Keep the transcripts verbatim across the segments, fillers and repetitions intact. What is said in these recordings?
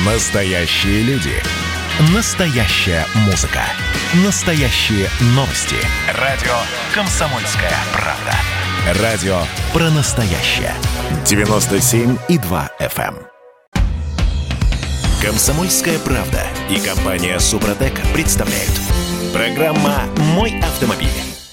Настоящие люди. Настоящая музыка. Настоящие новости. Радио «Комсомольская правда». Радио про настоящее. девяносто семь и два эф эм. «Комсомольская правда» и компания «Супротек» представляют. Программа «Мой автомобиль».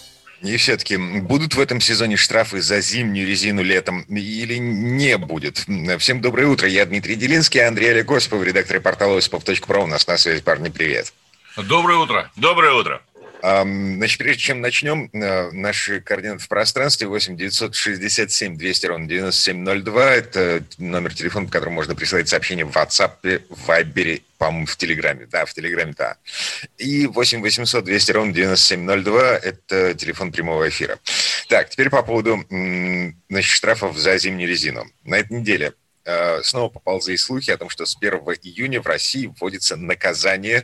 И все-таки будут в этом сезоне штрафы за зимнюю резину летом или не будет? Всем доброе утро. Я Дмитрий Делинский, Андрей Олег Осипов, редактор портала осипов точка про. У нас на связи, парни, привет. Доброе утро. Доброе утро. Значит, прежде чем начнем, наши координаты в пространстве: восемь девятьсот шестьдесят семь двести ровно девяносто семь ноль два. Это номер телефона, по которому можно присылать сообщения в WhatsApp, в Viber, по-моему, в Телеграме. Да, в Телеграме, да. И восемь восемьсот двести ровно девяносто семь ноль два. Это телефон прямого эфира. Так, теперь по поводу, значит, штрафов за зимнюю резину. На этой неделе снова поползли слухи о том, что с первого июня в России вводится наказание,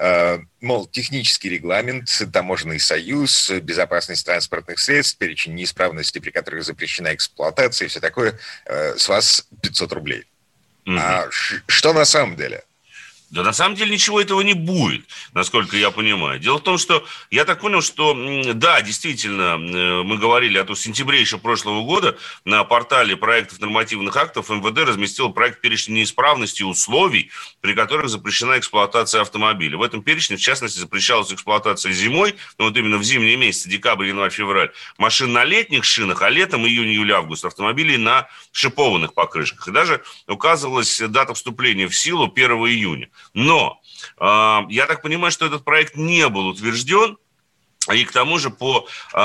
мол, технический регламент, таможенный союз, безопасность транспортных средств, перечень неисправностей, при которых запрещена эксплуатация и все такое, с вас пятьсот рублей. Mm-hmm. А что на самом деле? Да на самом деле ничего этого не будет, насколько я понимаю. Дело в том, что я так понял, что да, действительно, мы говорили о том, в сентябре еще прошлого года на портале проектов нормативных актов эм вэ дэ разместил проект перечня неисправностей и условий, при которых запрещена эксплуатация автомобиля. В этом перечне, в частности, запрещалась эксплуатация зимой, ну вот именно в зимние месяцы, декабрь, январь, февраль, машин на летних шинах, а летом, июнь, июль, август, автомобилей на шипованных покрышках. И даже указывалась дата вступления в силу первого июня. Но э, я так понимаю, что этот проект не был утвержден, и к тому же по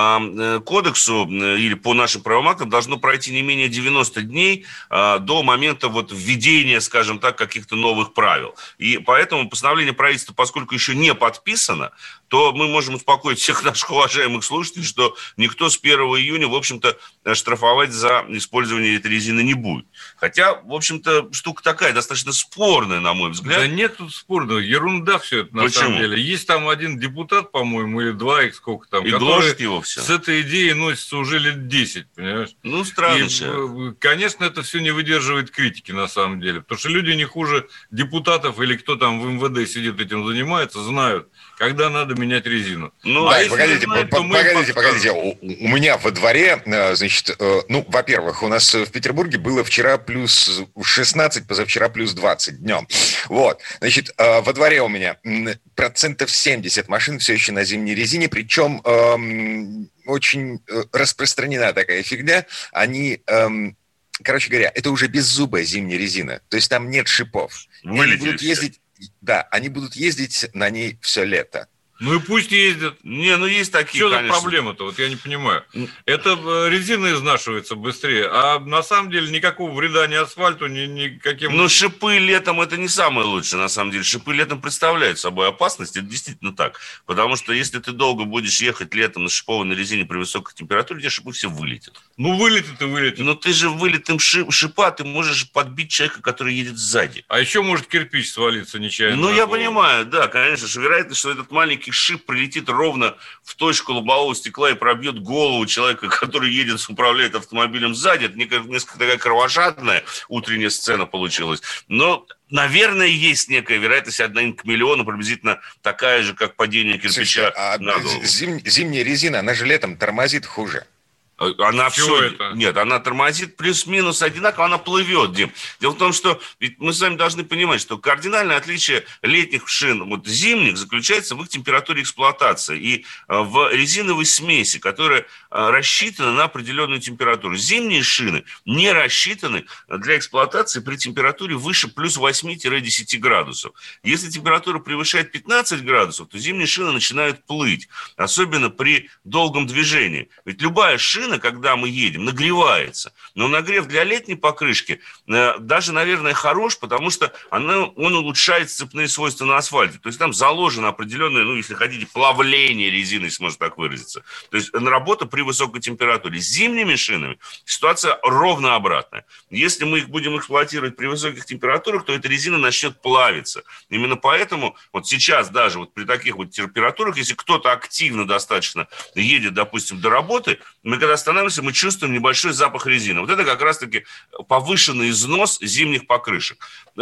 э, кодексу э, или по нашим правовым актам должно пройти не менее девяносто дней э, до момента вот введения, скажем так, каких-то новых правил. И поэтому постановление правительства, поскольку еще не подписано, то мы можем успокоить всех наших уважаемых слушателей, что никто с первого июня, в общем-то, штрафовать за использование этой резины не будет. Хотя, в общем-то, штука такая, достаточно спорная, на мой взгляд. Да нет тут спорного, ерунда все это, на Почему? самом деле. Есть там один депутат, по-моему, или два, их сколько там, и гложет его все. С этой идеей носится уже лет десять, понимаешь? Ну, странно. И, конечно, это все не выдерживает критики, на самом деле. Потому что люди не хуже депутатов или кто там в эм вэ дэ сидит, этим занимается, знают, когда надо менять резину. Ну, а да, погодите, знают, по- погодите, погодите. У, у меня во дворе, значит, ну, во-первых, у нас в Петербурге было вчера плюс шестнадцать, позавчера плюс двадцать днем. Вот, значит, во дворе у меня процентов семьдесят машин все еще на зимней резине, причем эм, очень распространена такая фигня. Они... Эм, короче говоря, это уже беззубая зимняя резина, то есть там нет шипов. Они будут ездить, да, они будут ездить на ней все лето. Ну и пусть ездят. Не, ну есть такие, Что конечно. за проблема-то? Вот я не понимаю. Это резина изнашивается быстрее, а на самом деле никакого вреда ни асфальту, ни никаким... Но шипы летом это не самое лучшее, на самом деле. Шипы летом представляют собой опасность, это действительно так. Потому что если ты долго будешь ехать летом на шипованной резине при высокой температуре, у тебя шипы все вылетят. Ну вылетит и вылетит. Но ты же вылетым шип, шипа ты можешь подбить человека, который едет сзади. А еще может кирпич свалиться нечаянно. Ну я понимаю, да, конечно, что вероятность, что этот маленький шип прилетит ровно в точку лобового стекла и пробьет голову человека, который едет, управляет автомобилем сзади. Это несколько такая кровожадная утренняя сцена получилась. Но, наверное, есть некая вероятность, одна к миллиону, приблизительно такая же, как падение кирпича. Слушайте, а на голову. Зим, зимняя резина, она же летом тормозит хуже. Она Чего все... это? Нет, она тормозит плюс-минус одинаково, она плывет, Дим. Дело в том, что ведь мы с вами должны понимать, что кардинальное отличие летних шин от зимних заключается в их температуре эксплуатации и в резиновой смеси, которая рассчитана на определенную температуру. Зимние шины не рассчитаны для эксплуатации при температуре выше плюс восемь-десять градусов. Если температура превышает пятнадцать градусов, то зимние шины начинают плыть, особенно при долгом движении. Ведь любая шина, когда мы едем, нагревается. Но нагрев для летней покрышки э, даже, наверное, хорош, потому что она, он улучшает сцепные свойства на асфальте. То есть там заложено определенное, ну, если хотите, плавление резины, если можно так выразиться. То есть работа при высокой температуре. С зимними шинами ситуация ровно обратная. Если мы их будем эксплуатировать при высоких температурах, то эта резина начнет плавиться. Именно поэтому вот сейчас даже вот при таких вот температурах, если кто-то активно достаточно едет, допустим, до работы, мы когда останавливаемся, мы чувствуем небольшой запах резины. Вот это как раз-таки повышенный износ зимних покрышек.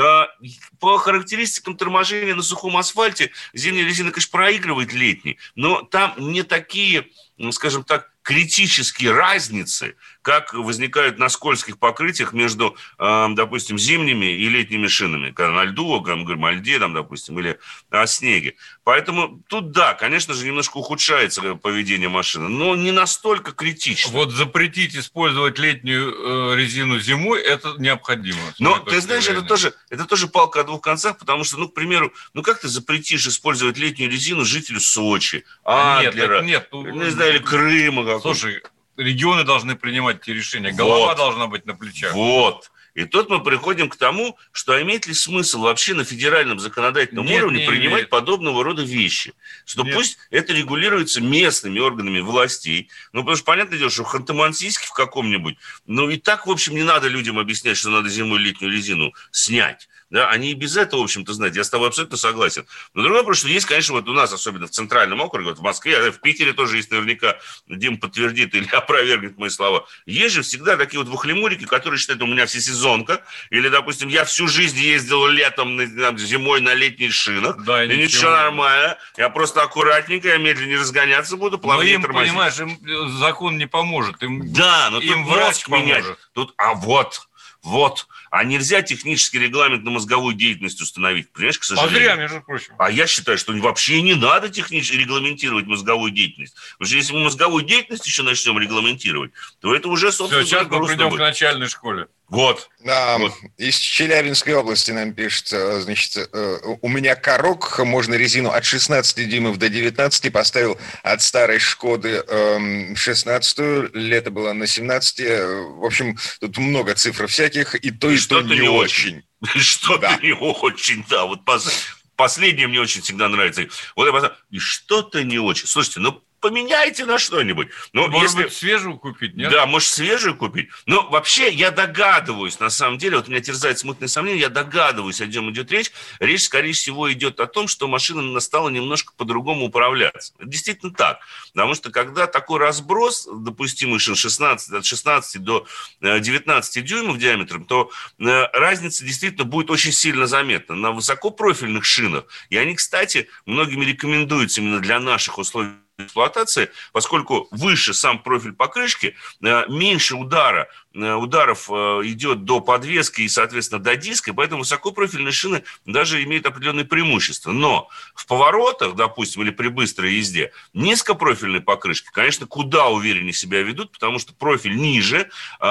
По характеристикам торможения на сухом асфальте зимняя резина, конечно, проигрывает летней, но там не такие, скажем так, критические разницы, как возникают на скользких покрытиях между, э, допустим, зимними и летними шинами, когда на льду, мы говорим о льде, там, допустим, или о снеге. Поэтому тут, да, конечно же, немножко ухудшается поведение машины, но не настолько критично. Вот запретить использовать летнюю э, резину зимой, это необходимо. Но, ты знаешь, это тоже, это тоже палка о двух концах, потому что, ну, к примеру, ну, как ты запретишь использовать летнюю резину жителю Сочи, Адлера, нет, нет, не знаю, или Крыма? Слушай, регионы должны принимать эти решения. Голова вот. должна быть на плечах. Вот. И тут мы приходим к тому, что имеет ли смысл вообще на федеральном законодательном Нет, уровне не принимать имеет. подобного рода вещи. Что Нет. пусть это регулируется местными органами властей. Ну, потому что, понятное дело, что в Ханты-Мансийске в каком-нибудь, ну, и так, в общем, не надо людям объяснять, что надо зимой летнюю резину снять. Да, они и без этого, в общем-то, знают. Я с тобой абсолютно согласен. Но другой вопрос, что есть, конечно, вот у нас, особенно в центральном округе, вот в Москве, в Питере тоже есть наверняка, Дим подтвердит или опровергнет мои слова. Есть же всегда такие вот вахлемурики, которые считают, у меня всесезонка, или, допустим, я всю жизнь ездил летом, зимой на летних шинах, да, и ничего. ничего нормально, я просто аккуратненько, я медленнее разгоняться буду, плавнее им, тормозить. понимаешь, им закон не поможет. Им, да, но им тут врач мозг менять. поможет. Тут, а вот... Вот. А нельзя технический регламент на мозговую деятельность установить, понимаешь, к сожалению. А зря, между прочим. А я считаю, что вообще не надо технически регламентировать мозговую деятельность. Потому что если мы мозговую деятельность еще начнем регламентировать, то это уже, собственно, все, сейчас мы придем будет. к начальной школе. Вот. А, вот. Из Челябинской области нам пишет, значит, у меня Корок, можно резину от шестнадцати дюймов до девятнадцати, поставил от старой Шкоды шестнадцатую, лето было на семнадцати, в общем, тут много цифр всяких, и то, и, и то не, не очень. И что-то да. не очень, да, вот последнее мне очень всегда нравится. Вот я поставил, и что-то не очень. Слушайте, ну, поменяйте на что-нибудь. Ну, может если... быть, свежую купить, нет? Да, может, свежую купить. Но вообще я догадываюсь, на самом деле, вот меня терзает смутное сомнение, я догадываюсь, о чем идет речь. Речь, скорее всего, идет о том, что машина стала немножко по-другому управляться. Это действительно так. Потому что когда такой разброс допустимый шин шестнадцать, от шестнадцати до девятнадцати дюймов диаметром, то разница действительно будет очень сильно заметна. На высокопрофильных шинах, и они, кстати, многими рекомендуются именно для наших условий эксплуатации, поскольку выше сам профиль покрышки, меньше удара, ударов идет до подвески и, соответственно, до диска, и поэтому высокопрофильные шины даже имеют определенные преимущества. Но в поворотах, допустим, или при быстрой езде, низкопрофильные покрышки, конечно, куда увереннее себя ведут, потому что профиль ниже,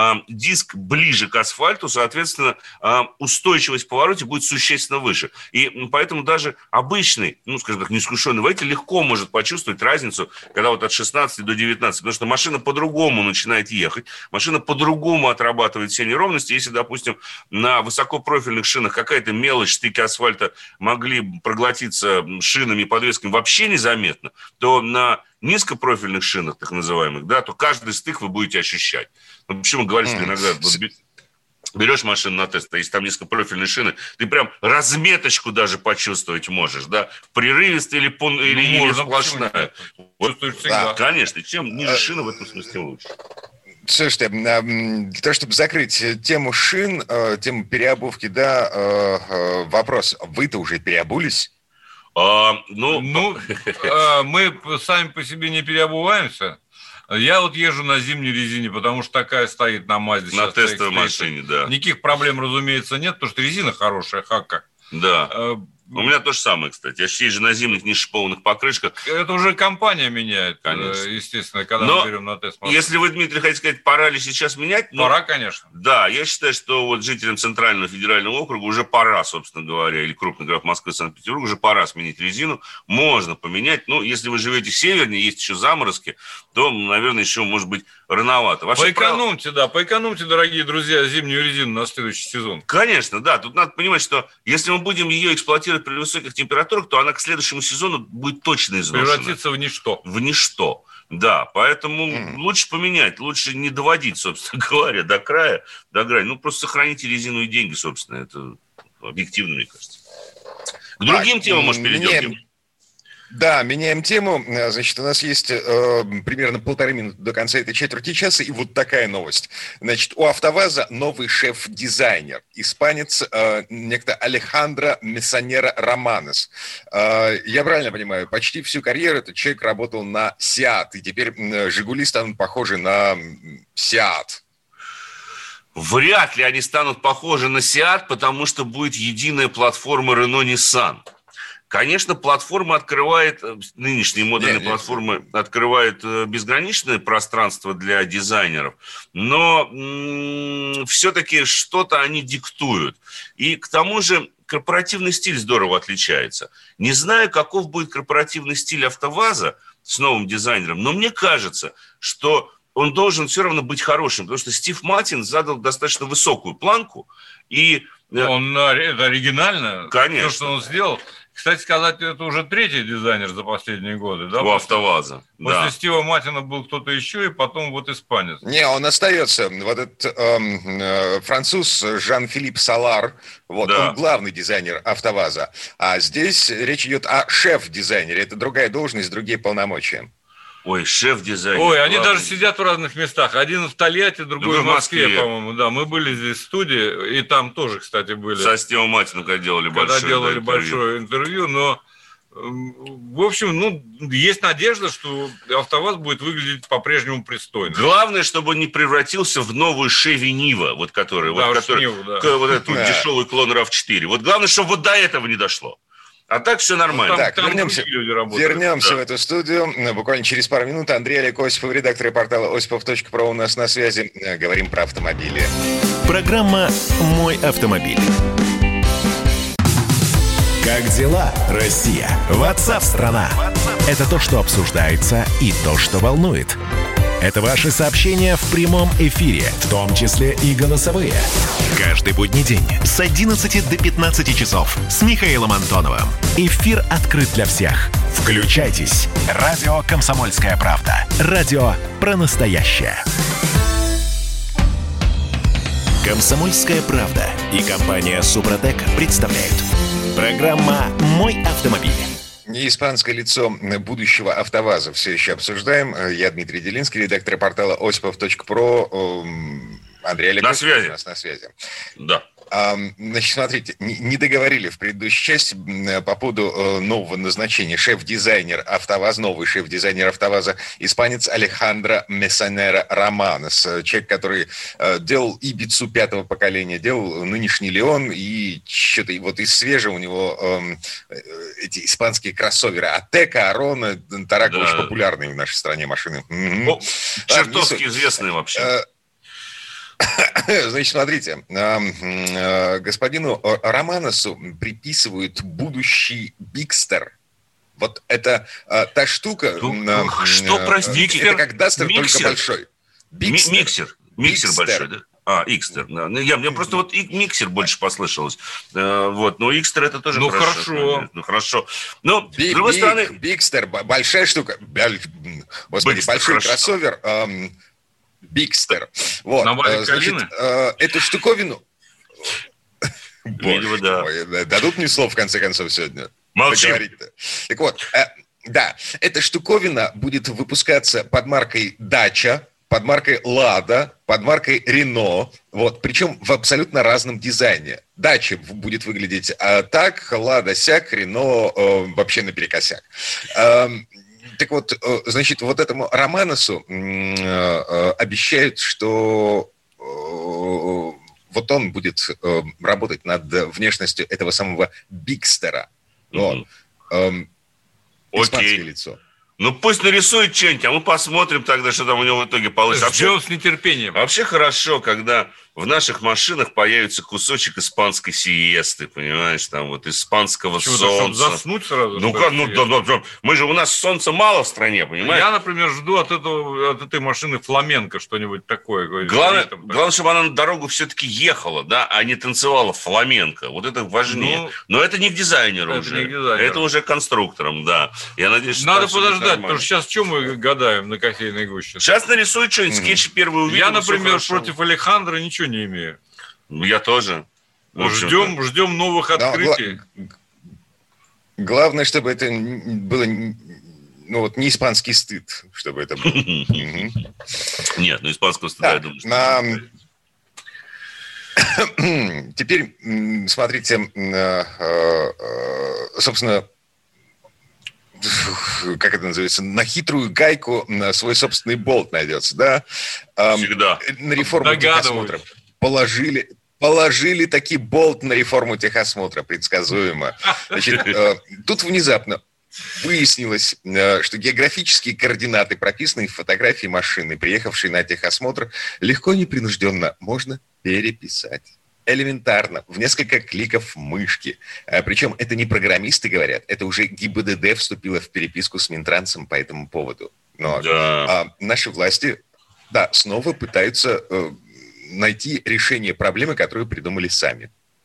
диск ближе к асфальту, соответственно, устойчивость в повороте будет существенно выше. И поэтому даже обычный, ну, скажем так, неискушенный водитель легко может почувствовать разницу, когда вот от шестнадцати до девятнадцати, потому что машина по-другому начинает ехать, машина по-другому отрабатывает все неровности. Если, допустим, на высокопрофильных шинах какая-то мелочь, штыки асфальта могли проглотиться шинами и подвесками вообще незаметно, то на низкопрофильных шинах, так называемых, да, то каждый стык вы будете ощущать. Ну, почему говорится mm. иногда... Вот, берешь машину на тест, а если там низкопрофильные шины, ты прям разметочку даже почувствовать можешь, да, прерывистый или, пон, ну, или, или сплошная. Вот, да, конечно, чем ниже шина, в этом смысле лучше. Слушайте, для того, чтобы закрыть тему шин, тему переобувки, да, вопрос, вы-то уже переобулись? А, ну, ну мы сами по себе не переобуваемся. Я вот езжу на зимней резине, потому что такая стоит на Мазде. На тестовой машине, да. Никаких проблем, разумеется, нет, потому что резина хорошая, хака. Да. А, у меня то же самое, кстати. Я езжу на зимних нешипованных покрышках. Это уже компания меняет, конечно, естественно, когда Но мы берем на тест машину. Если вы, Дмитрий, хотите сказать, пора ли сейчас менять? Пора, ну, конечно. Да, я считаю, что вот жителям Центрального федерального округа уже пора, собственно говоря, или крупных городов Москвы, Санкт-Петербурга, уже пора сменить резину. Можно поменять. Ну, если вы живете севернее, есть еще заморозки, то, наверное, еще, может быть, рановато. Вообще, поэкономьте, прав... да, поэкономьте, дорогие друзья, зимнюю резину на следующий сезон. Конечно, да. Тут надо понимать, что если мы будем ее эксплуатировать при высоких температурах, то она к следующему сезону будет точно изношена. Превратится в ничто. В ничто, да. Поэтому mm. лучше поменять, лучше не доводить, собственно говоря, до края, до грани. Ну, просто сохраните резину и деньги, собственно. Это объективно, мне кажется. К другим а, темам, может, перейдем? Мне... Да, меняем тему. Значит, у нас есть э, примерно полторы минуты до конца этой четверти часа, и вот такая новость. Значит, у АвтоВАЗа новый шеф-дизайнер, испанец, э, некто Алехандро Мессанера Романес. Э, я правильно понимаю, почти всю карьеру этот человек работал на Сиат, и теперь э, «Жигули» станут похожи на Сиат. Вряд ли они станут похожи на Сиат, потому что будет единая платформа Renault-Nissan. Конечно, платформа открывает, нынешние модульные нет, платформы нет. открывают безграничное пространство для дизайнеров, но м- все-таки что-то они диктуют. И к тому же корпоративный стиль здорово отличается. Не знаю, каков будет корпоративный стиль АвтоВАЗа с новым дизайнером, но мне кажется, что он должен все равно быть хорошим, потому что Стив Мартин задал достаточно высокую планку. И он это оригинально, конечно. То, что он сделал. Кстати сказать, это уже третий дизайнер за последние годы, да? У АвтоВАЗа. После да. Стива Мартина был кто-то еще, и потом вот испанец. Не, он остается. Вот этот эм, э, француз Жан-Филипп Салар, вот, да. он главный дизайнер АвтоВАЗа. А здесь речь идет о шеф-дизайнере. Это другая должность, другие полномочия. Ой, шеф-дизайнер. Ой, они даже сидят в разных местах. Один в Тольятти, другой в Москве, Москве, по-моему. Да, мы были здесь в студии, и там тоже, кстати, были. Со Стивом Мартином, когда делали когда большое делали да, интервью. большое интервью, но, в общем, ну, есть надежда, что АвтоВАЗ будет выглядеть по-прежнему пристойно. Главное, чтобы он не превратился в новую Chevy Niva, вот который, да, вот, который Ниву, да. вот этот да. дешевый клон рав четыре. Вот главное, чтобы вот до этого не дошло. А так все нормально. Так, там вернемся, люди вернемся да. в эту студию. Буквально через пару минут. Андрей Олег Осипов, редактор портала осипов точка про у нас на связи. Говорим про автомобили. Программа «Мой автомобиль». Как дела, Россия? Ватсап-страна! Это то, что обсуждается, и то, что волнует. Это ваши сообщения в прямом эфире, в том числе и голосовые. Каждый будний день с одиннадцати до пятнадцати часов с Михаилом Антоновым. Эфир открыт для всех. Включайтесь. Радио «Комсомольская правда». Радио про настоящее. «Комсомольская правда» и компания «Супротек» представляют. Программа «Мой автомобиль». Испанское лицо будущего АвтоВАЗа все еще обсуждаем. Я Дмитрий Делинский, редактор портала осипов точка про. Андрей Олег. На связи. У нас на связи. Да. Значит, смотрите, не договорили в предыдущей части по поводу нового назначения. Шеф-дизайнер АвтоВАЗа, новый шеф-дизайнер АвтоВАЗа, испанец Алехандро Мессанера Романес. Человек, который делал Ибицу пятого поколения, делал нынешний Леон, и что-то вот из свежего у него эти испанские кроссоверы. Атека, Арона, Тарако, да. Очень популярные в нашей стране машины. Ну, чертовски известные вообще. Значит, смотрите, господину Романесу приписывают будущий Бикстер. Вот это та штука... Ну, что, простите? Это как Дастер, только большой. Бикстер. Миксер. Миксер большой, да? А, Икстер. Да. Я, мне просто вот миксер больше послышалось. Вот. Но Икстер это тоже ну, хорошо. хорошо. Ну, хорошо. Но, Биг, с другой биг, стороны... Бикстер, большая штука. Господи, Бикстер, большой хорошо. кроссовер... Эм, Бикстер. Вот. На Значит, э, эту штуковину... Видимо, да. Мой, дадут мне слов, в конце концов, сегодня? Молчим. Так вот, э, да, эта штуковина будет выпускаться под маркой «Дача», под маркой «Лада», под маркой «Рено». Вот, причем в абсолютно разном дизайне. «Дача» будет выглядеть э, так, «Лада» сяк, «Рено» э, вообще наперекосяк. Э, Так вот, значит, вот этому Романесу обещают, что вот он будет работать над внешностью этого самого Бикстера. Вот. Mm-hmm. Испанское Окей. лицо. Ну, пусть нарисует что-нибудь, а мы посмотрим тогда, что там у него в итоге получится. Ждем с нетерпением. Вообще хорошо, когда в наших машинах появится кусочек испанской сиесты, понимаешь, там вот испанского Чего-то, солнца. чтобы заснуть сразу? Ну, как, ну, да, да, да. Мы же, у нас солнца мало в стране, понимаешь? Я, например, жду от, этого, от этой машины фламенко что-нибудь такое. Главное, главное, чтобы она на дорогу все-таки ехала, да, а не танцевала фламенко. Вот это важнее. Ну, но это не к дизайнеру это уже. Не к дизайнеру. Это уже конструкторам, да. Я надеюсь, что надо подождать, потому что сейчас что мы гадаем на кофейной гуще? Сейчас нарисует что-нибудь, mm-hmm. скетчи первые увидим. Я, например, против Алехандро ничего не имею. Я тоже. Ждем, ждем новых открытий. Да, Главное, чтобы это было, ну вот, не испанский стыд, чтобы это было. Нет, ну испанского стыда, я думаю, что... Теперь, смотрите, собственно, как это называется, на хитрую гайку свой собственный болт найдется, да? Всегда. На реформу техосмотра положили... Положили таки болт на реформу техосмотра, предсказуемо. Значит, тут внезапно выяснилось, что географические координаты, прописанные в фотографии машины, приехавшей на техосмотр, легко и непринужденно можно переписать. Элементарно, в несколько кликов мышки. Причем это не программисты говорят, это уже ГИБДД вступила в переписку с Минтрансом по этому поводу. Но да. Наши власти, да, снова пытаются найти решение проблемы, которую придумали сами.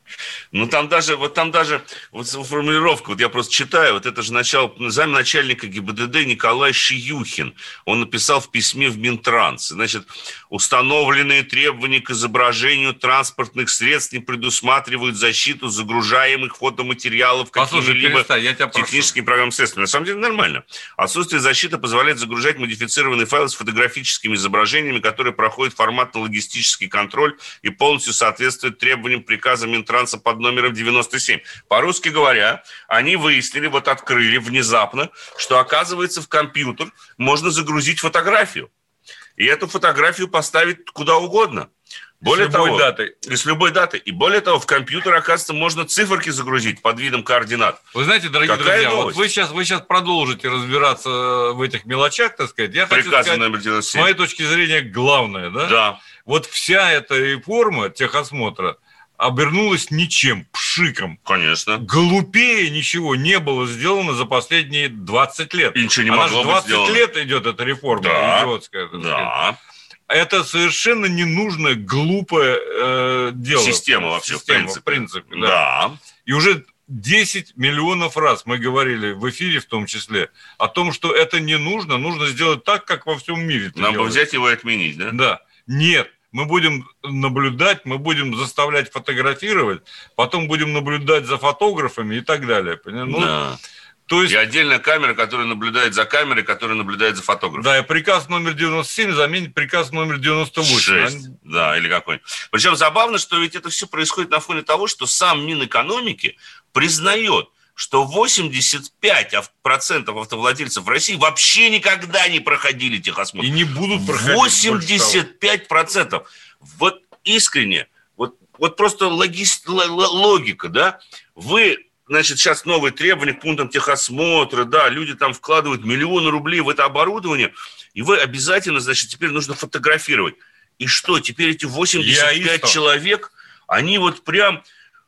Ну, там даже, вот там даже, вот формулировка, вот я просто читаю, вот это же начало, замначальника ГИБДД Николай Шиюхин, он написал в письме в Минтранс, значит, установленные требования к изображению транспортных средств не предусматривают защиту загружаемых фотоматериалов какими-либо техническими программными средствами. На самом деле нормально. Отсутствие защиты позволяет загружать модифицированные файлы с фотографическими изображениями, которые проходят форматно-логистический контроль и полностью соответствуют требованиям приказа Минтранса под номером девяносто семь. По-русски говоря, они выяснили, вот открыли внезапно, что, оказывается, в компьютер можно загрузить фотографию. И эту фотографию поставить куда угодно. Более с любой того, датой. И с любой датой. И более того, в компьютер, оказывается, можно циферки загрузить под видом координат. Вы знаете, дорогие Какая друзья, новость? вот вы сейчас, вы сейчас продолжите разбираться в этих мелочах, так сказать. Я Приказ хочу сказать, номер девяносто семь. с моей точки зрения, главное, да? Да. Вот вся эта реформа техосмотра обернулась ничем, пшиком. Конечно. Глупее ничего не было сделано за последние двадцать лет. И ничего не Она могло же двадцать быть сделано. лет идет эта реформа, Да. идиотская. Так Да. сказать. Это совершенно ненужное, глупое э, дело. Система вообще, Система, в принципе. в принципе, да. Да. И уже десять миллионов раз мы говорили в эфире в том числе о том, что это не нужно, нужно сделать так, как во всем мире. Нам делается. бы взять его и отменить, да? Да. Нет. Мы будем наблюдать, мы будем заставлять фотографировать, потом будем наблюдать за фотографами и так далее. Ну, да. То есть... И отдельная камера, которая наблюдает за камерой, которая наблюдает за фотографом. Да, и приказ номер девяносто семь заменит приказ номер девяносто восемь. шесть, да, или какой. Причем забавно, что ведь это все происходит на фоне того, что сам Минэкономики признает, что восемьдесят пять процентов автовладельцев в России вообще никогда не проходили техосмотр. И не будут проходить. восемьдесят пять процентов. Вот искренне, вот, вот просто логи, логика, да? Вы, значит, сейчас новые требования к пунктам техосмотра, да, люди там вкладывают миллионы рублей в это оборудование, и вы обязательно, значит, теперь нужно фотографировать. И что, теперь эти восемьдесят пять человек, они вот прям...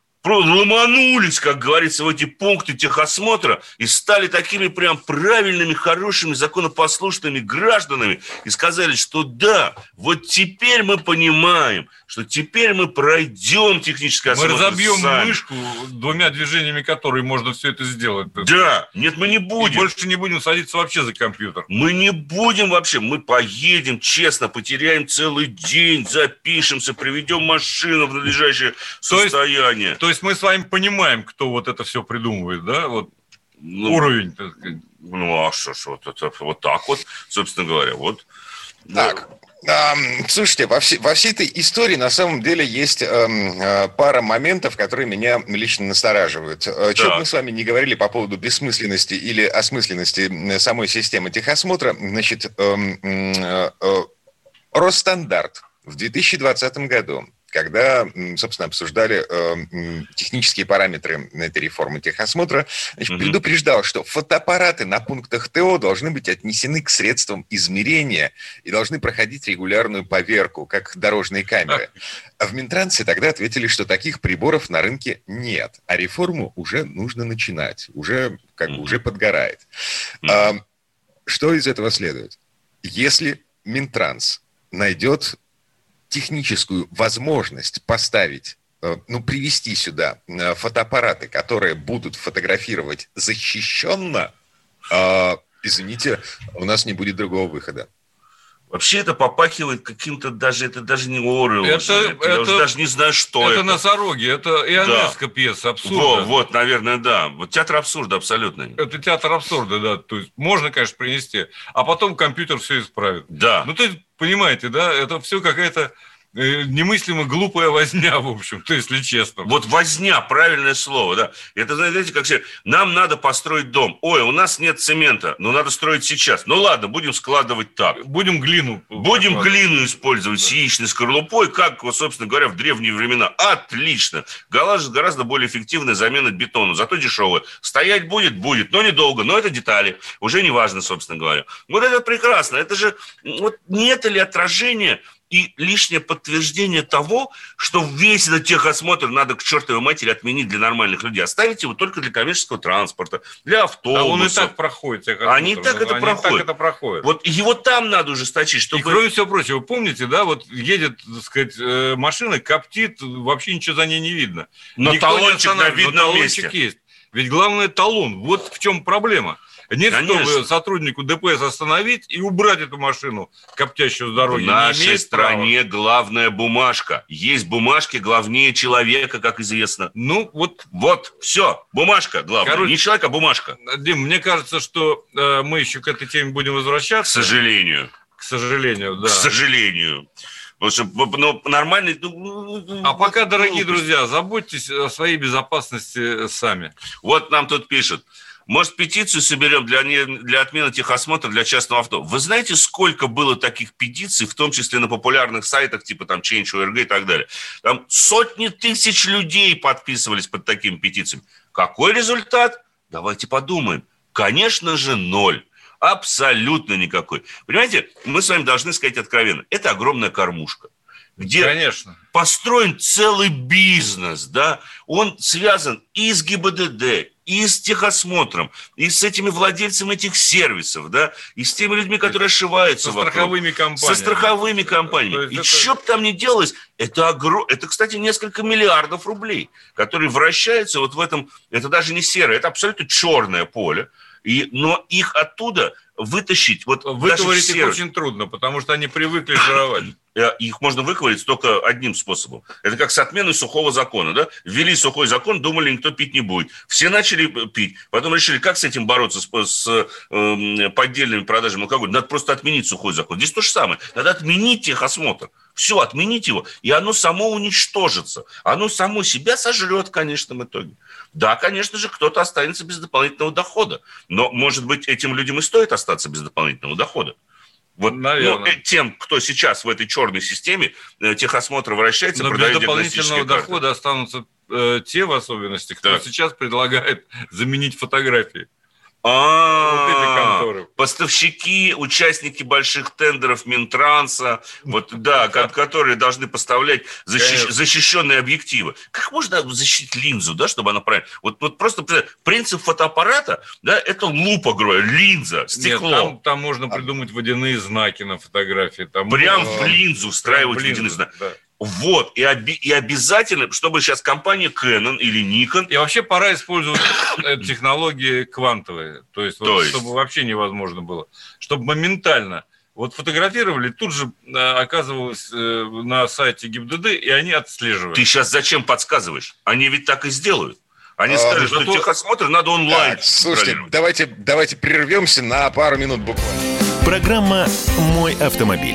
ломанулись, как говорится, в эти пункты техосмотра и стали такими прям правильными, хорошими, законопослушными гражданами и сказали, что да, вот теперь мы понимаем, что теперь мы пройдем техническое осмотр. Мы разобьем сами. мышку, двумя движениями которой можно все это сделать. Да, нет, мы не будем. И больше не будем садиться вообще за компьютер. Мы не будем вообще, мы поедем честно, потеряем целый день, запишемся, приведем машину в надлежащее состояние. То есть мы с вами понимаем, кто вот это все придумывает, да? Вот ну, уровень, так сказать. Ну, а что ж, вот, это, вот так вот, собственно говоря, вот. Так, э, слушайте, во, все, во всей этой истории на самом деле есть э, э, пара моментов, которые меня лично настораживают. Да. Чего бы мы с вами не говорили по поводу бессмысленности или осмысленности самой системы техосмотра, значит, э, э, э, Росстандарт в две тысячи двадцатом году, когда, собственно, обсуждали э, технические параметры этой реформы техосмотра, значит, mm-hmm. предупреждал, что фотоаппараты на пунктах ТО должны быть отнесены к средствам измерения и должны проходить регулярную поверку, как дорожные камеры. А в Минтрансе тогда ответили, что таких приборов на рынке нет, а реформу уже нужно начинать, уже, как бы, mm-hmm. уже подгорает. Mm-hmm. А, что из этого следует? Если Минтранс найдет техническую возможность поставить, ну, привести сюда фотоаппараты, которые будут фотографировать защищенно, э, извините, у нас не будет другого выхода. Вообще это попахивает каким-то даже, это даже не Орел. Это, это, я уже даже не знаю, что это. Это носороги, это ионесская да. пьеса абсурда. Вот, вот, наверное, да. Вот театр абсурда абсолютно. Это театр абсурда, да. То есть можно, конечно, принести, а потом компьютер все исправит. Да. Ну, то есть, понимаете, да, это все какая-то немыслимо глупая возня, в общем-то, если честно. Вот возня, правильное слово, да. Это, знаете, как все, нам надо построить дом. Ой, у нас нет цемента, но надо строить сейчас. Ну ладно, будем складывать так. Будем глину. Будем глину использовать да. с яичной скорлупой, как, собственно говоря, в древние времена. Отлично. Гораздо, гораздо более эффективная замена бетону, зато дешевая. Стоять будет? Будет, но недолго. Но это детали. Уже не важно, собственно говоря. Вот это прекрасно. Это же, вот не это ли отражение и лишнее подтверждение того, что весь этот техосмотр надо к чертовой матери отменить для нормальных людей. Оставить его только для коммерческого транспорта, для автобусов. А он и так проходит. Они и так это Они проходят. так это проходит. Вот его там надо ужесточить. Чтобы... И кроме всего прочего, помните, да, вот едет, так сказать, машина, коптит, вообще ничего за ней не видно. Но Никто талончик на видном но талончик месте. Есть. Ведь главное талон. Вот в чем проблема. Нет, Конечно. Чтобы сотруднику ДПС остановить и убрать эту машину, коптящую с дороги. В нашей стране права. Главная бумажка. Есть бумажки главнее человека, как известно. Ну, вот. Вот, все, бумажка главная. Короче, не человек, а бумажка. Дим, мне кажется, что э, мы еще к этой теме будем возвращаться. К сожалению. К сожалению, да. К сожалению. Потому что, ну, нормальный... А пока, дорогие друзья, заботьтесь о своей безопасности сами. Вот нам тут пишут. Может, петицию соберем для, для отмены техосмотра для частного авто. Вы знаете, сколько было таких петиций, в том числе на популярных сайтах, типа там Change.org и так далее? Там сотни тысяч людей подписывались под такими петициями. Какой результат? Давайте подумаем. Конечно же, ноль. Абсолютно никакой. Понимаете, мы с вами должны сказать откровенно. Это огромная кормушка, где Конечно. построен целый бизнес, да, он связан и с ГИБДД, и с техосмотром, и с этими владельцами этих сервисов, да, и с теми людьми, которые ошиваются со вокруг. страховыми компаниями. Со страховыми компаниями. И это... что бы там ни делалось, это, огром... это, кстати, несколько миллиардов рублей, которые вращаются вот в этом, это даже не серое, это абсолютно черное поле, и... но их оттуда вытащить... Вот выковырить их очень трудно, потому что они привыкли жировать. Их можно выковырить только одним способом. Это как с отменой сухого закона. Да? Ввели сухой закон, думали, никто пить не будет. Все начали пить. Потом решили, как с этим бороться, с, с э, поддельными продажами алкоголя. Надо просто отменить сухой закон. Здесь то же самое. Надо отменить техосмотр. Все, отменить его. И оно само уничтожится. Оно само себя сожрет в конечном итоге. Да, конечно же, кто-то останется без дополнительного дохода. Но, может быть, этим людям и стоит остаться без дополнительного дохода. Вот, ну, тем, кто сейчас в этой черной системе техосмотра вращается, но продает без дополнительного дохода останутся э, те, в особенности, кто так. сейчас предлагает заменить фотографии. А, вот поставщики, участники больших тендеров Минтранса, вот, да, которые должны поставлять защищ, защищенные объективы. Как можно защитить линзу, да, чтобы она правильно... Вот, вот просто принцип фотоаппарата, да, это лупа, говорю, линза, стекло. Нет, там, там можно придумать водяные знаки на фотографии. Там, прям а, в линзу встраивать водяные знаки. Да. Вот, и, оби- и обязательно, чтобы сейчас компания Canon или Nikon... И вообще пора использовать технологии квантовые, то есть, то вот, есть чтобы вообще невозможно было, чтобы моментально... Вот фотографировали, тут же оказывалось на сайте ГИБДД, и они отслеживают. Ты сейчас зачем подсказываешь? Они ведь так и сделают. Они а, скажут, что зато... техосмотр надо онлайн. Так, слушайте, давайте, давайте прервемся на пару минут буквально. Программа «Мой автомобиль».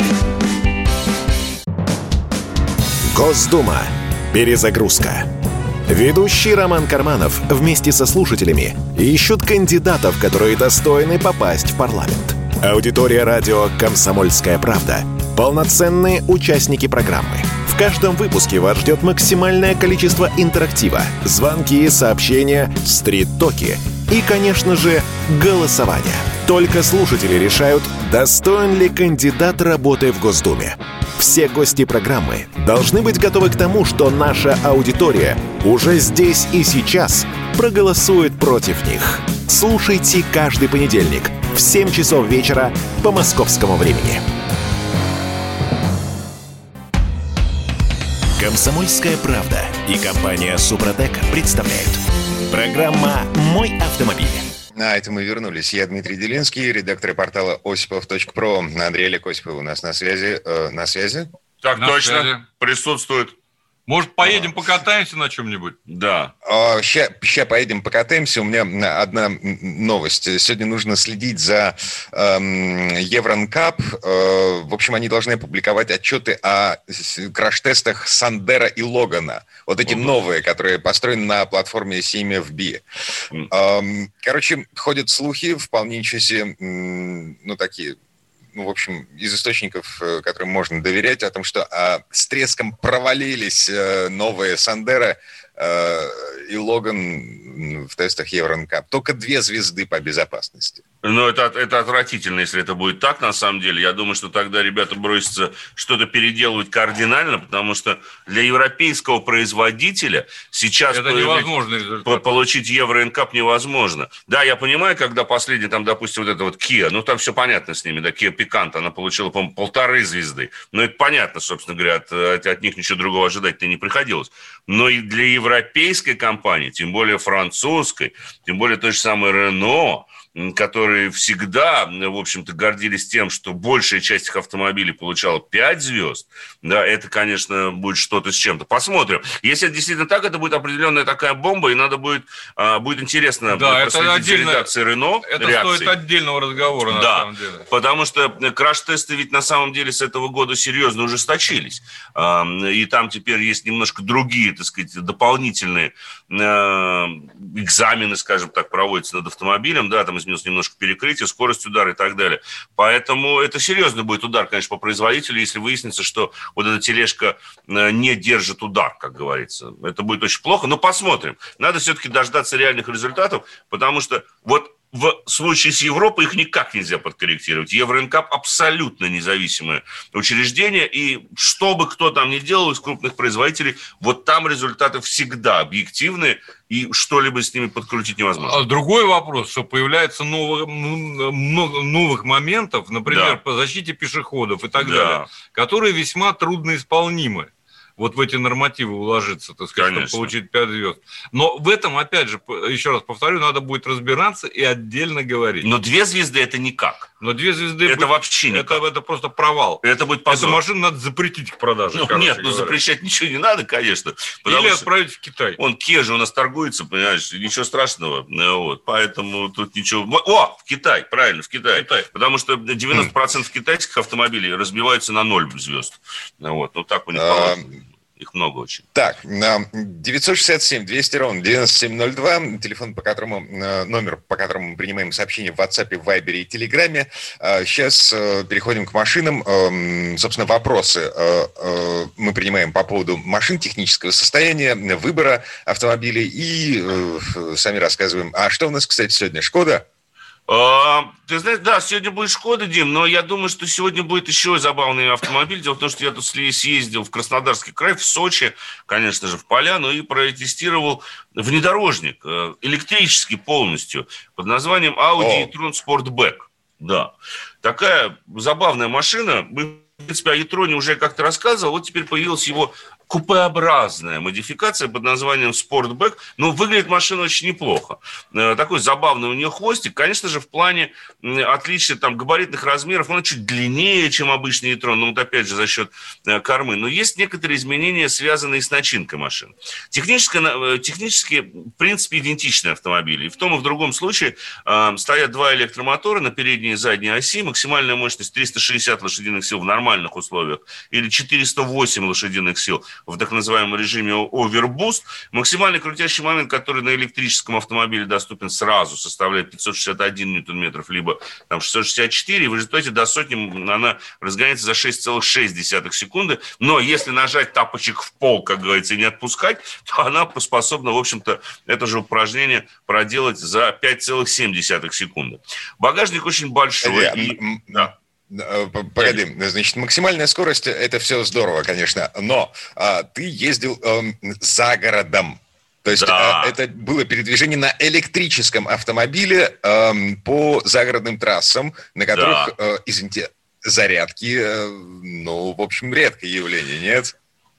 Госдума. Перезагрузка. Ведущий Роман Карманов вместе со слушателями ищут кандидатов, которые достойны попасть в парламент. Аудитория радио «Комсомольская правда» — полноценные участники программы. В каждом выпуске вас ждет максимальное количество интерактива, звонки, сообщения, стрит-токи и, конечно же, голосование. Только слушатели решают, достоин ли кандидат работы в Госдуме. Все гости программы должны быть готовы к тому, что наша аудитория уже здесь и сейчас проголосует против них. Слушайте каждый понедельник в семь часов вечера по московскому времени. «Комсомольская правда» и компания «Супротек» представляют. Программа «Мой автомобиль». А это мы вернулись. Я Дмитрий Делинский, редактор портала осипов точка про. Андрей Олег Осипов у нас на связи. Э, на связи? Так На точно, связи. Присутствует. Может, поедем покатаемся на чем-нибудь? Да. Сейчас поедем покатаемся. У меня одна новость. Сегодня нужно следить за эм, Евронкап. Э, в общем, они должны опубликовать отчеты о краш-тестах Сандера и Логана. Вот эти Ого. новые, которые построены на платформе си эм эф би. Эм, короче, ходят слухи, вполне ничего себе, м, ну, такие... ну, в общем, из источников, которым можно доверять, о том, что а, с треском провалились а, новые Сандера а, и Логан в тестах Евронкап. Только две звезды по безопасности. Ну, это, это отвратительно, если это будет так, на самом деле. Я думаю, что тогда ребята бросятся что-то переделывать кардинально, потому что для европейского производителя сейчас это невозможно результат. Получить Евро-НКАП невозможно. Да, я понимаю, когда последний, там, допустим, вот это вот Kia, ну, там все понятно с ними, да, Kia Picanto, она получила, по-моему, полторы звезды. Но это понятно, собственно говоря, от, от них ничего другого ожидать-то не приходилось. Но и для европейской компании, тем более французской, тем более той же самой Renault, которые всегда, в общем-то, гордились тем, что большая часть их автомобилей получала пять звезд, да, это, конечно, будет что-то с чем-то. Посмотрим. Если это действительно так, это будет определенная такая бомба, и надо будет, а, будет интересно да, проследить это отдельно, за реакцией Renault. Это реакцией. стоит отдельного разговора, на да, самом деле. Потому что краш-тесты ведь на самом деле с этого года серьезно ужесточились. И там теперь есть немножко другие, так сказать, дополнительные экзамены, скажем так, проводятся над автомобилем, да, там изменилось немножко перекрытие, скорость удара и так далее. Поэтому это серьезный будет удар, конечно, по производителю, если выяснится, что вот эта тележка не держит удар, как говорится. Это будет очень плохо, но посмотрим. Надо все-таки дождаться реальных результатов, потому что вот в случае с Европой их никак нельзя подкорректировать. Евро-НКАП абсолютно независимое учреждение, и что бы кто там ни делал из крупных производителей, вот там результаты всегда объективные, и что-либо с ними подкрутить невозможно. А другой вопрос, что появляется новых, много новых моментов, например, да. по защите пешеходов и так да. далее, которые весьма трудноисполнимы. Вот в эти нормативы уложиться, так сказать, Конечно. чтобы получить пять звезд. Но в этом, опять же, еще раз повторю, надо будет разбираться и отдельно говорить. Но две звезды – это никак. Но две звезды... Это быть, вообще никак. Это, это просто провал. Это будет позор. Эту машину надо запретить к продаже. Ну, нет, ну запрещать ничего не надо, конечно. Или отправить в Китай. Он Kia же у нас торгуется, понимаешь, ничего страшного. Вот, поэтому тут ничего... О, в Китай, правильно, в Китай. Китай. Потому что девяносто процентов китайских автомобилей разбиваются на ноль звезд. Вот, ну так у них положено. Их много очень. Так, девятьсот шестьдесят семь двести ровно девяносто семь ноль два, телефон, по которому, номер, по которому мы принимаем сообщения в WhatsApp, в Viber и Telegram. Сейчас переходим к машинам. Собственно, вопросы мы принимаем по поводу машин, технического состояния, выбора автомобилей и сами рассказываем. А что у нас, кстати, сегодня? Шкода? Ты знаешь, да, сегодня будет Шкода, Дим, но я думаю, что сегодня будет еще забавный автомобиль. Дело в том, что я тут съездил в Краснодарский край, в Сочи, конечно же, в Поляну, и протестировал внедорожник, электрический полностью, под названием Audi e-tron Sportback. Да, такая забавная машина. Мы, в принципе, о e-tron уже как-то рассказывал, вот теперь появилась его купеобразная модификация под названием Sportback. Но выглядит машина очень неплохо. Такой забавный у нее хвостик. Конечно же, в плане отличия там, габаритных размеров, он чуть длиннее, чем обычный e-tron. Ну, вот опять же, за счет кормы. Но есть некоторые изменения, связанные с начинкой машин. Технически, технически в принципе, идентичные автомобили. И в том и в другом случае э, стоят два электромотора на передней и задней оси. Максимальная мощность триста шестьдесят лошадиных сил в нормальных условиях или четыреста восемь лошадиных сил в так называемом режиме Overboost. Максимальный крутящий момент, который на электрическом автомобиле доступен сразу, составляет пятьсот шестьдесят один ньютон-метров, либо там, шестьсот шестьдесят четыре. И в результате до сотни она разгоняется за шесть целых шесть десятых секунды. Но если нажать тапочек в пол, как говорится, и не отпускать, то она способна, в общем-то, это же упражнение проделать за пять целых семь десятых секунды. Багажник очень большой. И... Да. Погоди, значит, максимальная скорость – это все здорово, конечно, но а, ты ездил эм, за городом. То есть да. а, это было передвижение на электрическом автомобиле эм, по загородным трассам, на которых, да. э, извините, зарядки, э, ну, в общем, редкое явление, нет?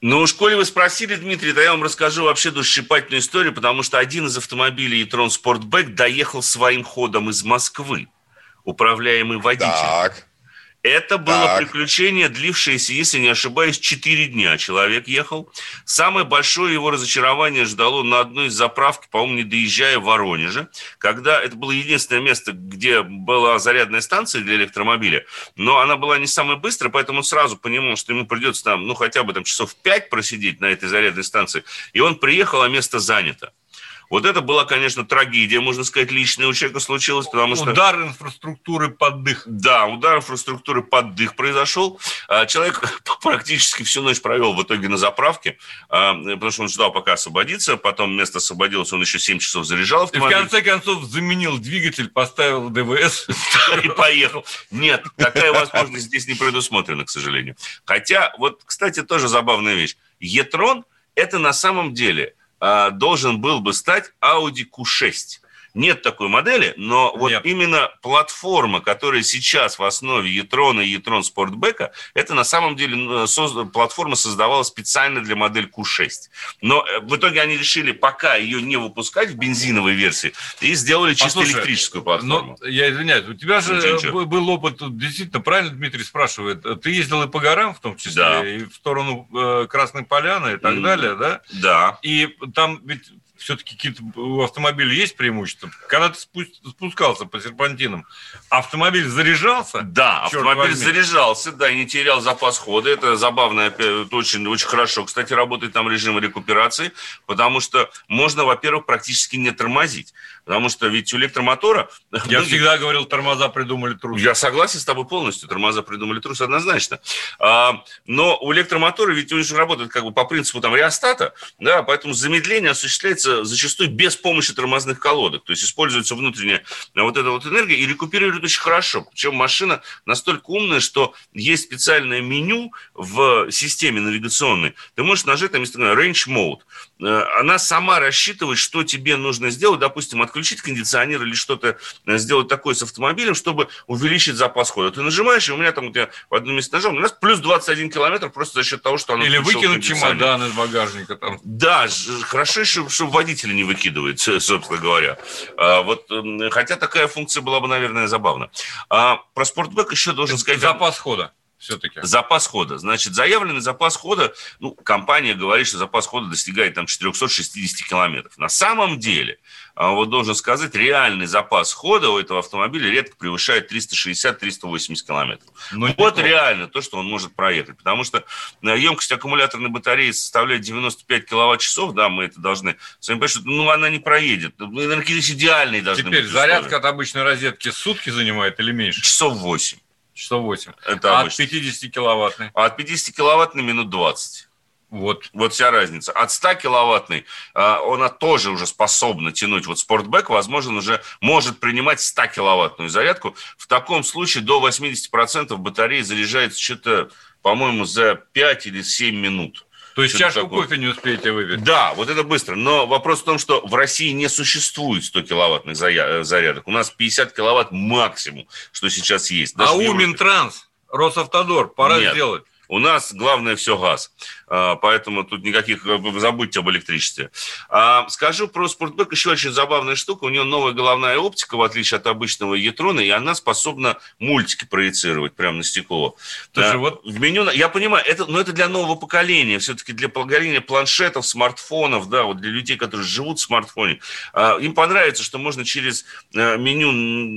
Ну, в школе вы спросили, Дмитрий, да я вам расскажу вообще душесчипательную историю, потому что один из автомобилей e-tron Sportback доехал своим ходом из Москвы, управляемый водителем. Так. Это было так. приключение, длившееся, если не ошибаюсь, четыре дня человек ехал. Самое большое его разочарование ждало на одной из заправок, по-моему, не доезжая в Воронеже, когда это было единственное место, где была зарядная станция для электромобиля, но она была не самая быстрая, поэтому он сразу понимал, что ему придется там, ну, хотя бы там часов пять просидеть на этой зарядной станции, и он приехал, а место занято. Вот это была, конечно, трагедия, можно сказать, личная у человека случилась, потому что... Удар инфраструктуры под дых. Да, удар инфраструктуры под дых произошел. Человек практически всю ночь провел в итоге на заправке, потому что он ждал, пока освободится, потом место освободилось, он еще семь часов заряжал автомобиль. И в конце концов заменил двигатель, поставил ДВС. И поехал. Нет, такая возможность здесь не предусмотрена, к сожалению. Хотя, вот, кстати, тоже забавная вещь. e-tron – это на самом деле... должен был бы стать Audi кью шесть. Нет такой модели, но вот Нет. именно платформа, которая сейчас в основе e-tron и e-tron Sportback, это на самом деле созда... платформа создавалась специально для модели кью шесть. Но в итоге они решили пока ее не выпускать в бензиновой версии и сделали чисто Послушай, электрическую платформу. Но, я извиняюсь, у тебя же Ничего. был опыт, действительно, правильно Дмитрий спрашивает, ты ездил и по горам в том числе, да. и в сторону э, Красной Поляны и так mm. далее, да? Да. И там ведь... Все-таки какие-то у автомобиля есть преимущества. Когда ты спускался по серпантинам, автомобиль заряжался? Да, автомобиль возьми. заряжался, да, и не терял запас хода. Это забавно, это очень, очень хорошо. Кстати, работает там режим рекуперации, потому что можно, во-первых, практически не тормозить. Потому что ведь у электромотора... Я многие... всегда говорил, тормоза придумали трус. Я согласен с тобой полностью, тормоза придумали трус однозначно. А, но у электромотора ведь он же работает как бы по принципу там реостата, да, поэтому замедление осуществляется зачастую без помощи тормозных колодок. То есть используется внутренняя вот эта вот энергия и рекуперирует очень хорошо. Причем машина настолько умная, что есть специальное меню в системе навигационной. Ты можешь нажать там, если range mode. Она сама рассчитывает, что тебе нужно сделать, допустим, отключить кондиционер или что-то сделать такое с автомобилем, чтобы увеличить запас хода. Ты нажимаешь, и у меня там вот я в одном месте нажал, у нас плюс двадцать один километр просто за счет того, что она или выкинуть чемодан из багажника там. Да, хорошо, чтобы, чтобы водители не выкидывают, собственно говоря. А, вот, хотя такая функция была бы, наверное, забавна. А, про Sportback еще должен сказать... Запас хода. Все-таки. Запас хода. Значит, заявленный запас хода, ну, компания говорит, что запас хода достигает там четыреста шестьдесят километров. На самом деле, вот должен сказать, реальный запас хода у этого автомобиля редко превышает триста шестьдесят - триста восемьдесят километров. Но вот реально то, что он может проехать. Потому что емкость аккумуляторной батареи составляет девяносто пять киловатт-часов, да, мы это должны сами понимать, что ну, она не проедет. Энергетически идеальные должны Теперь быть зарядка условия. От обычной розетки сутки занимает или меньше? Часов восемь. Часов восемь. Это а обычно. От пятидесяти киловаттной? А от пятидесяти киловаттной минут двадцать. Вот. Вот вся разница. От ста киловаттной она тоже уже способна тянуть. Вот Sportback, возможно, уже может принимать ста киловаттную зарядку. В таком случае до восемьдесят процентов батареи заряжается что-то, по-моему, за пять или семь минут. То есть чашку такое. Кофе не успеете выпить? Да, вот это быстро. Но вопрос в том, что в России не существует сто киловаттных зарядок. У нас пятьдесят киловатт максимум, что сейчас есть. Даже а у Минтранс, Росавтодор, пора Нет. сделать. У нас главное все газ, поэтому тут никаких, забудьте об электричестве. Скажу про Sportback, еще очень забавная штука, у нее новая головная оптика, в отличие от обычного e-tron, и она способна мультики проецировать прямо на стекло. Слушай, вот... В меню, я понимаю, это, но это для нового поколения, все-таки для поколения планшетов, смартфонов, да, вот для людей, которые живут в смартфоне. Им понравится, что можно через меню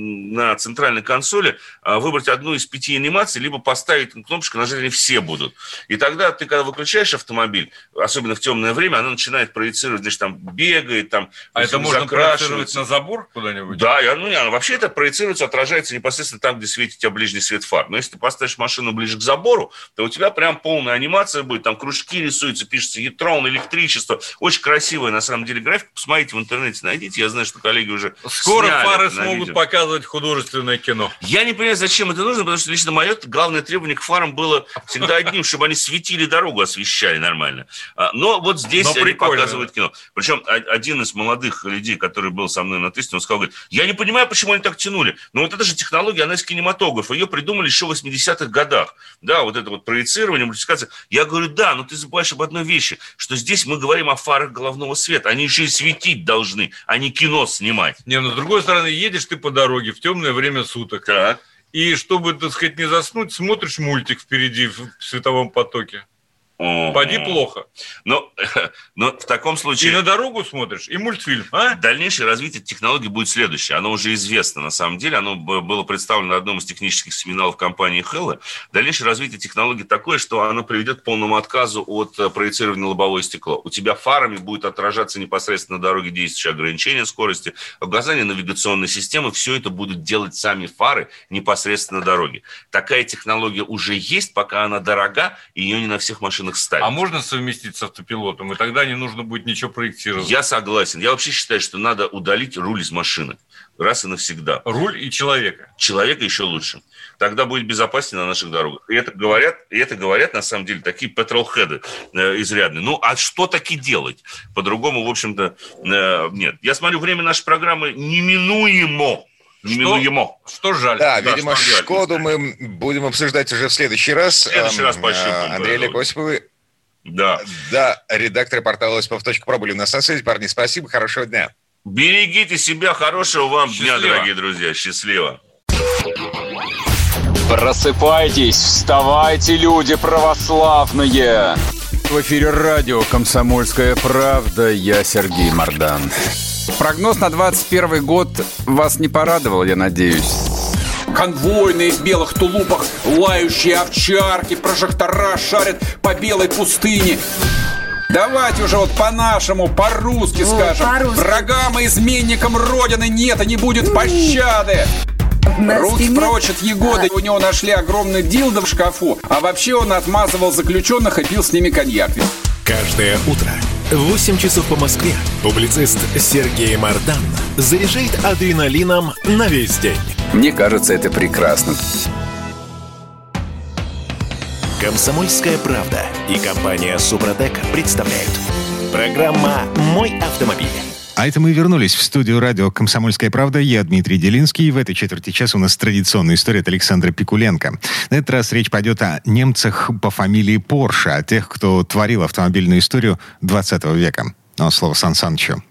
на центральной консоли выбрать одну из пяти анимаций, либо поставить кнопочку, нажать они все будут. И тогда ты, когда выключаешь автомобиль, особенно в темное время, она начинает проецировать, значит, там бегает, там а это можно проецировать на забор куда-нибудь? Да, я, ну, не, вообще это проецируется, отражается непосредственно там, где светит у тебя ближний свет фар. Но если ты поставишь машину ближе к забору, то у тебя прям полная анимация будет, там кружки рисуются, пишется e-tron, электричество. Очень красивая, на самом деле, графика. Посмотрите в интернете, найдите. Я знаю, что коллеги уже скоро фары смогут видео. Показывать художественное кино. Я не понимаю, зачем это нужно, потому что лично мое главное требование к фарам было всегда одним, чтобы они светили дорогу, освещали. освещали нормально. Но вот здесь Но они прикольно. показывают кино. Причем один из молодых людей, который был со мной на тесте, он сказал, говорит, я не понимаю, почему они так тянули. Но вот эта же технология, она из кинематографа. Ее придумали еще в восьмидесятых годах. Да, вот это вот проецирование, мультипликация. Я говорю, да, но ты забываешь об одной вещи, что здесь мы говорим о фарах головного света. Они еще и светить должны, а не кино снимать. Не, но с другой стороны, едешь ты по дороге в темное время суток. Так. И чтобы, так сказать, не заснуть, смотришь мультик впереди в световом потоке. О-о-о. Поди плохо. Но, но в таком случае... И на дорогу смотришь, и мультфильм, а? Дальнейшее развитие технологий будет следующее. Оно уже известно, на самом деле. Оно было представлено на одном из технических семинаров компании Hella. Дальнейшее развитие технологий такое, что оно приведет к полному отказу от проецирования на лобовое стекло. У тебя фарами будет отражаться непосредственно на дороге действующее ограничение скорости, указание навигационной системы. Все это будут делать сами фары непосредственно на дороге. Такая технология уже есть, пока она дорога, и ее не на всех машинах ставить. А можно совместить с автопилотом, и тогда не нужно будет ничего проектировать? Я согласен. Я вообще считаю, что надо удалить руль из машины. Раз и навсегда. Руль и человека. Человека еще лучше. Тогда будет безопаснее на наших дорогах. И это говорят, и это говорят на самом деле, такие петролхеды э, изрядные. Ну, а что таки делать? По-другому, в общем-то, э, нет. Я смотрю, время нашей программы неминуемо. Что, что жаль. Да, да, видимо, Шкоду мы будем обсуждать уже в следующий раз. В следующий раз пощупаем. Андрей Олег Осиповы. Да. Да, редакторы портала осипов точка про были у нас на связи. Парни, спасибо, хорошего дня. Берегите себя, хорошего вам Счастливо. дня, дорогие друзья. Счастливо. Просыпайтесь, вставайте, люди православные. В эфире радио «Комсомольская правда». Я Сергей Мордан. Прогноз на двадцать первый год вас не порадовал, я надеюсь. Конвойные в белых тулупах, лающие овчарки, прожектора шарят по белой пустыне. Давайте уже вот по-нашему, по-русски О, скажем. по-русски. Врагам и изменникам Родины нет и не будет пощады. На Руки спине... прочь от Егоды. А. У него нашли огромный дилдо в шкафу. А вообще он отмазывал заключенных и пил с ними коньяк. Каждое утро в восемь часов по Москве публицист Сергей Мордан заряжает адреналином на весь день. Мне кажется, это прекрасно. «Комсомольская правда» и компания «Супротек» представляют. Программа «Мой автомобиль». А это мы вернулись в студию радио «Комсомольская правда». Я Дмитрий Делинский. И в этой четверти часа у нас традиционная история от Александра Пикуленко. На этот раз речь пойдет о немцах по фамилии Порше, о тех, кто творил автомобильную историю двадцатого века. Но слово Сан Санычу.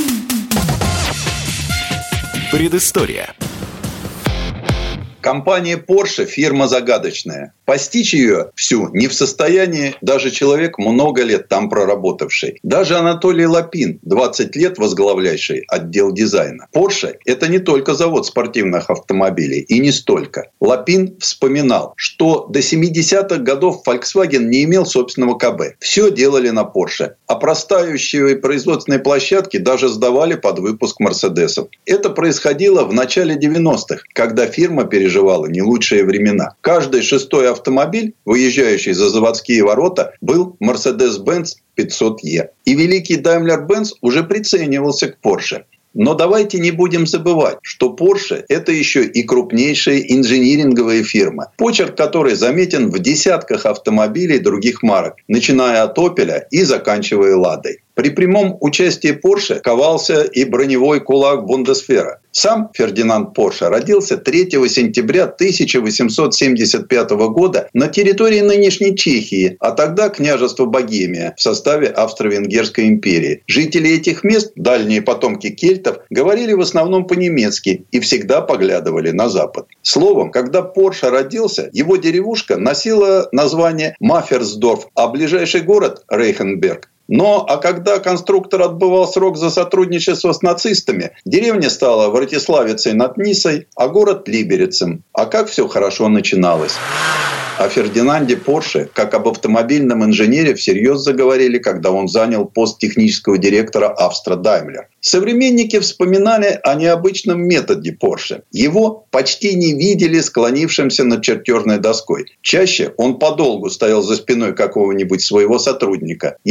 Предыстория. Компания Porsche – фирма загадочная. Постичь ее всю не в состоянии даже человек, много лет там проработавший. Даже Анатолий Лапин, двадцать лет возглавляющий отдел дизайна. Porsche – это не только завод спортивных автомобилей, и не столько. Лапин вспоминал, что до семидесятых годов Volkswagen не имел собственного КБ. Все делали на Porsche. А простающие производственные площадки даже сдавали под выпуск Мерседесов. Это происходило в начале девяностых, когда фирма переживала не лучшие времена. Каждый шестой автомобиль, выезжающий за заводские ворота, был Mercedes-Benz пятьсот Е. И великий Daimler-Benz уже приценивался к Porsche. Но давайте не будем забывать, что Porsche – это еще и крупнейшая инжиниринговая фирма, почерк которой заметен в десятках автомобилей других марок, начиная от Opel и заканчивая Ладой. При прямом участии Porsche ковался и броневой кулак Бундесвера. Сам Фердинанд Порше родился третьего сентября тысяча восемьсот семьдесят пятого года на территории нынешней Чехии, а тогда княжество Богемия в составе Австро-Венгерской империи. Жители этих мест, дальние потомки кельтов, говорили в основном по-немецки и всегда поглядывали на запад. Словом, когда Порше родился, его деревушка носила название Маферсдорф, а ближайший город – Рейхенберг. Но, а когда конструктор отбывал срок за сотрудничество с нацистами, деревня стала Вратиславицей над Нисой, а город Либерецем. А как все хорошо начиналось. О Фердинанде Порше, как об автомобильном инженере, всерьез заговорили, когда он занял пост технического директора Австро-Даймлер. Современники вспоминали о необычном методе Порше. Его почти не видели склонившимся над чертежной доской. Чаще он подолгу стоял за спиной какого-нибудь своего сотрудника. Если возникало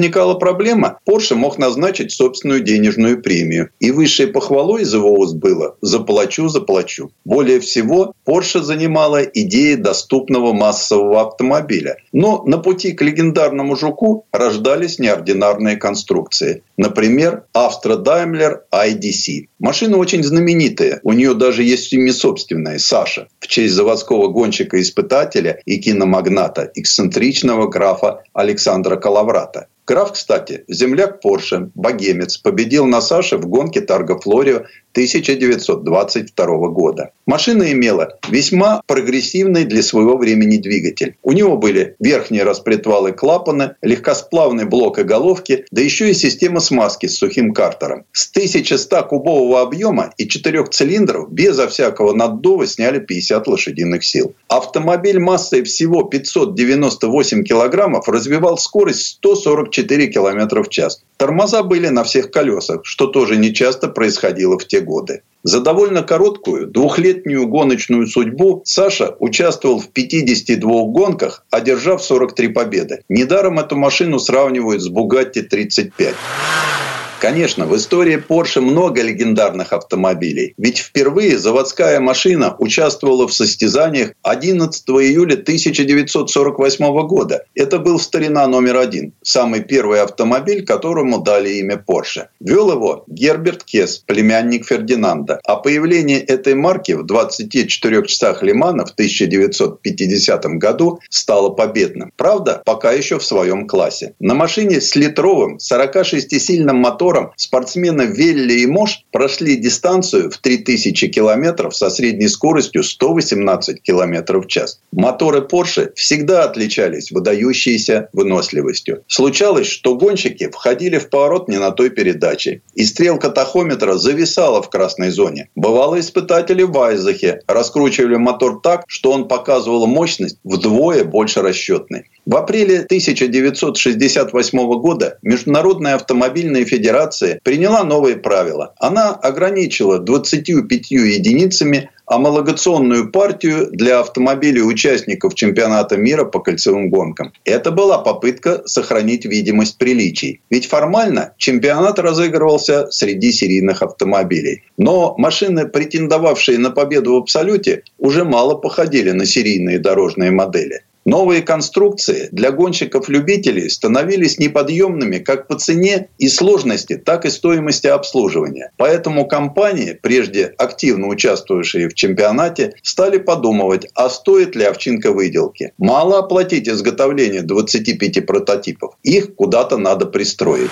возникала проблема, Porsche мог назначить собственную денежную премию. И высшей похвалой из его уст было «заплачу, заплачу». Более всего, Porsche занимала идея доступного массового автомобиля. Но на пути к легендарному «Жуку» рождались неординарные конструкции. Например, Astra Daimler ай ди си. Машина очень знаменитая. У нее даже есть имя собственное – Саша. В честь заводского гонщика-испытателя и киномагната, эксцентричного графа Александра Калаврата. Граф, кстати, земляк Porsche, богемец, победил на Саше в гонке Тарго Флорио тысяча девятьсот двадцать второго года. Машина имела весьма прогрессивный для своего времени двигатель. У него были верхние распредвалы клапаны, легкосплавный блок и головки, да еще и система смазки с сухим картером. С тысяча ста кубового объема и четырех цилиндров безо всякого наддува сняли пятьдесят лошадиных сил. Автомобиль массой всего пятьсот девяносто восемь килограммов развивал скорость сто сорок четыре километра в час. Тормоза были на всех колесах, что тоже нечасто происходило в те годы. За довольно короткую двухлетнюю гоночную судьбу Саша участвовал в пятидесяти двух гонках, одержав сорок три победы. Недаром эту машину сравнивают с Bugatti тридцать пять. Конечно, в истории Porsche много легендарных автомобилей. Ведь впервые заводская машина участвовала в состязаниях одиннадцатого июля тысяча девятьсот сорок восьмого года. Это был старина номер один. Самый первый автомобиль, которому дали имя Porsche. Вел его Герберт Кесс, племянник Фердинанда. А появление этой марки в двадцати четырёх часах Ле-Мана в тысяча девятьсот пятидесятом году стало победным. Правда, пока еще в своем классе. На машине с литровым сорокашестисильным мотором спортсмены Велли и Мош прошли дистанцию в три тысячи километров со средней скоростью сто восемнадцать километров в час. Моторы Porsche всегда отличались выдающейся выносливостью. Случалось, что гонщики входили в поворот не на той передаче, и стрелка тахометра зависала в красной зоне. Бывало, испытатели в Айзахе раскручивали мотор так, что он показывал мощность вдвое больше расчетной. В апреле тысяча девятьсот шестьдесят восьмого года Международная автомобильная федерация приняла новые правила. Она ограничила двадцатью пятью единицами амалогационную партию для автомобилей участников чемпионата мира по кольцевым гонкам. Это была попытка сохранить видимость приличий. Ведь формально чемпионат разыгрывался среди серийных автомобилей. Но машины, претендовавшие на победу в абсолюте, уже мало походили на серийные дорожные модели. Новые конструкции для гонщиков-любителей становились неподъемными как по цене и сложности, так и стоимости обслуживания. Поэтому компании, прежде активно участвовавшие в чемпионате, стали подумывать, а стоит ли овчинка выделки. Мало оплатить изготовление двадцати пяти прототипов. Их куда-то надо пристроить.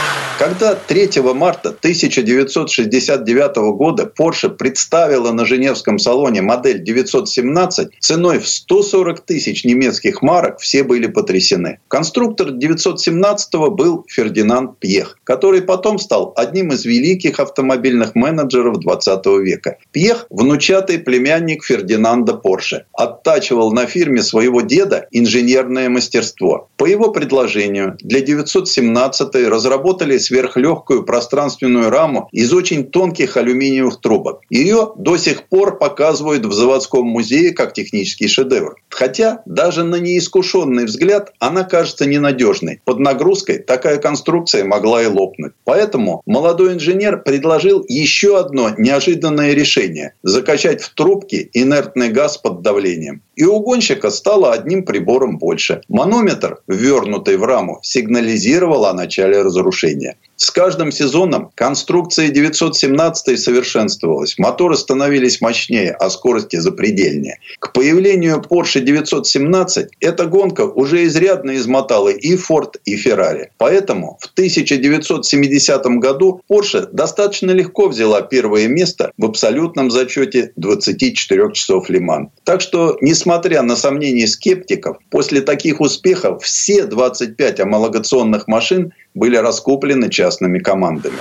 Когда третьего марта тысяча девятьсот шестьдесят девятого года Porsche представила на Женевском салоне модель девятьсот семнадцать ценой в сто сорок тысяч немецких марок, все были потрясены. Конструктор девятьсот семнадцатого был Фердинанд Пьех, который потом стал одним из великих автомобильных менеджеров двадцатого века. Пьех – внучатый племянник Фердинанда Porsche. Оттачивал на фирме своего деда инженерное мастерство. По его предложению для девятьсот семнадцатой разработали сверхлегкую пространственную раму из очень тонких алюминиевых трубок. Ее до сих пор показывают в заводском музее как технический шедевр. Хотя даже на неискушенный взгляд она кажется ненадежной. Под нагрузкой такая конструкция могла и лопнуть. Поэтому молодой инженер предложил еще одно неожиданное решение – закачать в трубки инертный газ под давлением. И у гонщика стало одним прибором больше. Манометр, ввернутый в раму, сигнализировал о начале разрушения. С каждым сезоном конструкция девятьсот семнадцатой совершенствовалась. Моторы становились мощнее, а скорости запредельнее. К появлению Porsche девятьсот семнадцать эта гонка уже изрядно измотала и Ford, и Ferrari. Поэтому в тысяча девятьсот семидесятом году Porsche достаточно легко взяла первое место в абсолютном зачете двадцати четырёх часов Ле-Ман. Так что, несмотря на сомнения скептиков, после таких успехов все двадцать пять амалогационных машин были раскуплены частными командами.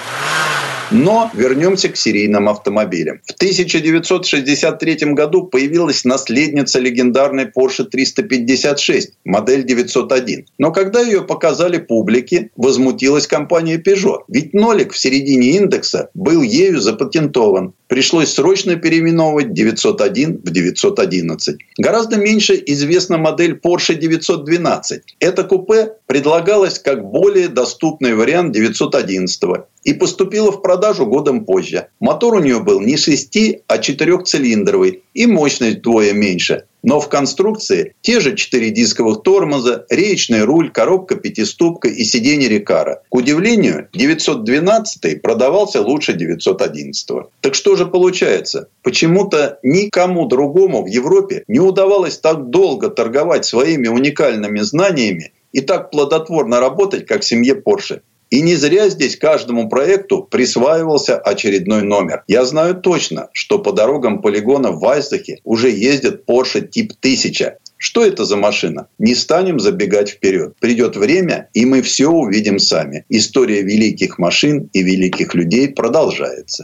Но вернемся к серийным автомобилям. В тысяча девятьсот шестьдесят третьем году появилась наследница легендарной Porsche триста пятьдесят шесть, модель девятьсот один. Но когда ее показали публике, возмутилась компания Peugeot. Ведь нолик в середине индекса был ею запатентован. Пришлось срочно переименовывать девятьсот один в девятьсот одиннадцать. Гораздо меньше известна модель Porsche девятьсот двенадцать. Это купе предлагалось как более доступный вариант девятьсот одиннадцатого и поступила в продажу годом позже. Мотор у нее был не шести, а четырехцилиндровый и мощность вдвое меньше. Но в конструкции те же четыре дисковых тормоза, реечный руль, коробка пятиступка и сиденье Рекара. К удивлению, девятьсот двенадцатый продавался лучше девятьсот одиннадцатого. Так что же получается? Почему-то никому другому в Европе не удавалось так долго торговать своими уникальными знаниями и так плодотворно работать, как в семье Porsche. И не зря здесь каждому проекту присваивался очередной номер. Я знаю точно, что по дорогам полигона в Вайсдахе уже ездит Porsche тип тысяча. Что это за машина? Не станем забегать вперед. Придет время, и мы все увидим сами. История великих машин и великих людей продолжается.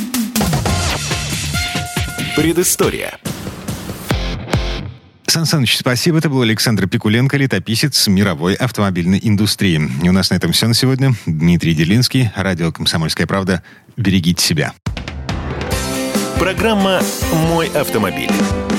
Предыстория. Сан Саныч, спасибо. Это был Александр Пикуленко, летописец мировой автомобильной индустрии. И у нас на этом все на сегодня. Дмитрий Делинский, радио «Комсомольская правда». Берегите себя. Программа «Мой автомобиль».